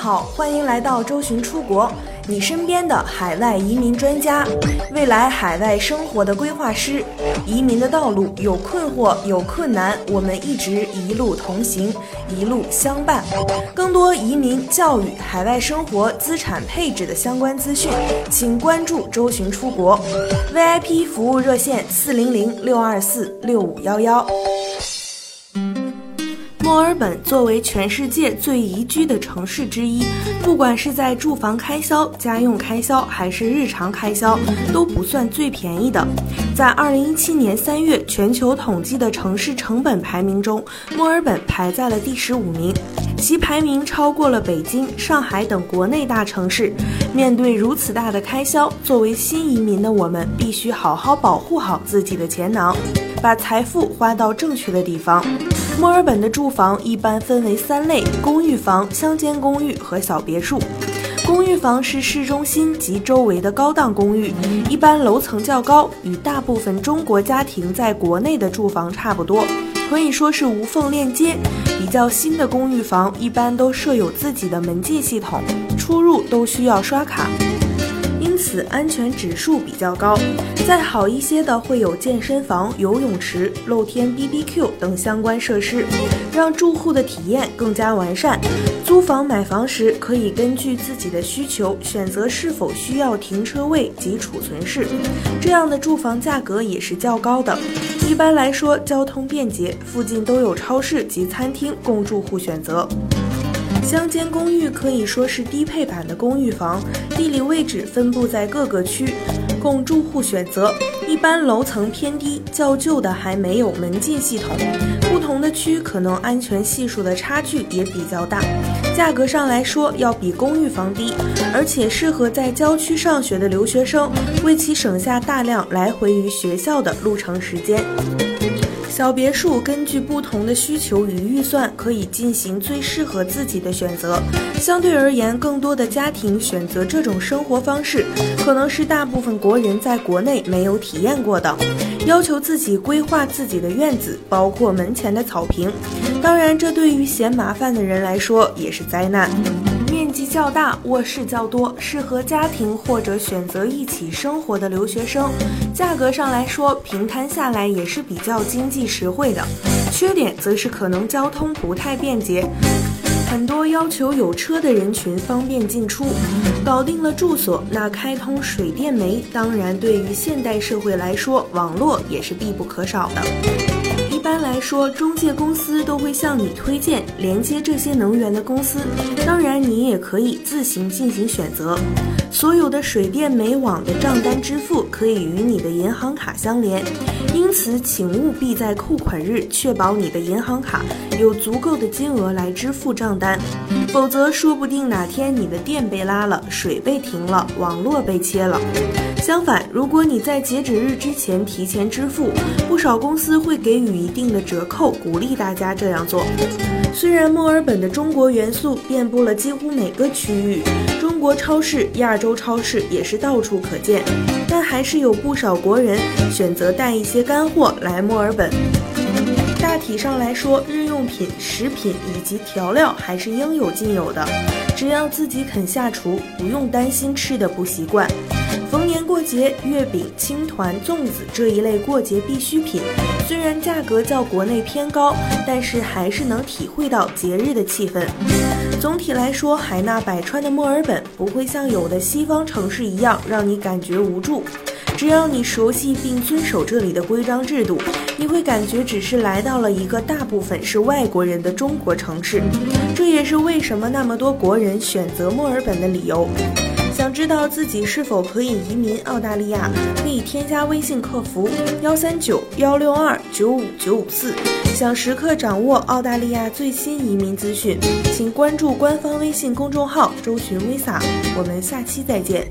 好，欢迎来到周巡出国，你身边的海外移民专家，未来海外生活的规划师。移民的道路有困惑有困难，我们一直一路同行，一路相伴。更多移民、教育、海外生活、资产配置的相关资讯，请关注周巡出国 VIP 服务热线400-624-6511。墨尔本作为全世界最宜居的城市之一，不管是在住房开销、家用开销还是日常开销，都不算最便宜的。在2017年3月全球统计的城市成本排名中，墨尔本排在了第15名，其排名超过了北京、上海等国内大城市。面对如此大的开销，作为新移民的我们必须好好保护好自己的钱囊，把财富花到正确的地方。墨尔本的住房一般分为3类：公寓房、乡间公寓和小别墅。公寓房是市中心及周围的高档公寓，一般楼层较高，与大部分中国家庭在国内的住房差不多，可以说是无缝链接。比较新的公寓房一般都设有自己的门禁系统，出入都需要刷卡，因此安全指数比较高。再好一些的会有健身房、游泳池、露天 BBQ 等相关设施，让住户的体验更加完善。租房买房时可以根据自己的需求选择是否需要停车位及储存室，这样的住房价格也是较高的。一般来说，交通便捷，附近都有超市及餐厅供住户选择。乡间公寓可以说是低配版的公寓房，地理位置分布在各个区，供住户选择。一般楼层偏低，较旧的还没有门禁系统，不同的区可能安全系数的差距也比较大。价格上来说要比公寓房低，而且适合在郊区上学的留学生，为其省下大量来回于学校的路程时间。小别墅根据不同的需求与预算，可以进行最适合自己的选择。相对而言，更多的家庭选择这种生活方式，可能是大部分国人在国内没有体验过的。要求自己规划自己的院子，包括门前的草坪。当然，这对于嫌麻烦的人来说也是灾难。面积较大，卧室较多，适合家庭或者选择一起生活的留学生。价格上来说，平摊下来也是比较经济实惠的。缺点则是可能交通不太便捷，很多要求有车的人群方便进出。搞定了住所，那开通水电煤，当然对于现代社会来说，网络也是必不可少的。一般来说，中介公司都会向你推荐连接这些能源的公司，当然你也可以自行进行选择。所有的水电煤网的账单支付可以与你的银行卡相连，因此请务必在扣款日确保你的银行卡有足够的金额来支付账单，否则说不定哪天你的电被拉了，水被停了，网络被切了。相反，如果你在截止日之前提前支付，不少公司会给予一定的折扣，鼓励大家这样做。虽然墨尔本的中国元素遍布了几乎每个区域，中国超市、亚洲超市也是到处可见，但还是有不少国人选择带一些干货来墨尔本。大体上来说，日用品、食品以及调料还是应有尽有的，只要自己肯下厨，不用担心吃的不习惯。逢年过节，月饼、青团、粽子这一类过节必需品，虽然价格较国内偏高，但是还是能体会到节日的气氛。总体来说，海纳百川的墨尔本不会像有的西方城市一样让你感觉无助。只要你熟悉并遵守这里的规章制度，你会感觉只是来到了一个大部分是外国人的中国城市。这也是为什么那么多国人选择墨尔本的理由。想知道自己是否可以移民澳大利亚，可以添加微信客服139-162-95954。想时刻掌握澳大利亚最新移民资讯，请关注官方微信公众号周巡 Visa。我们下期再见。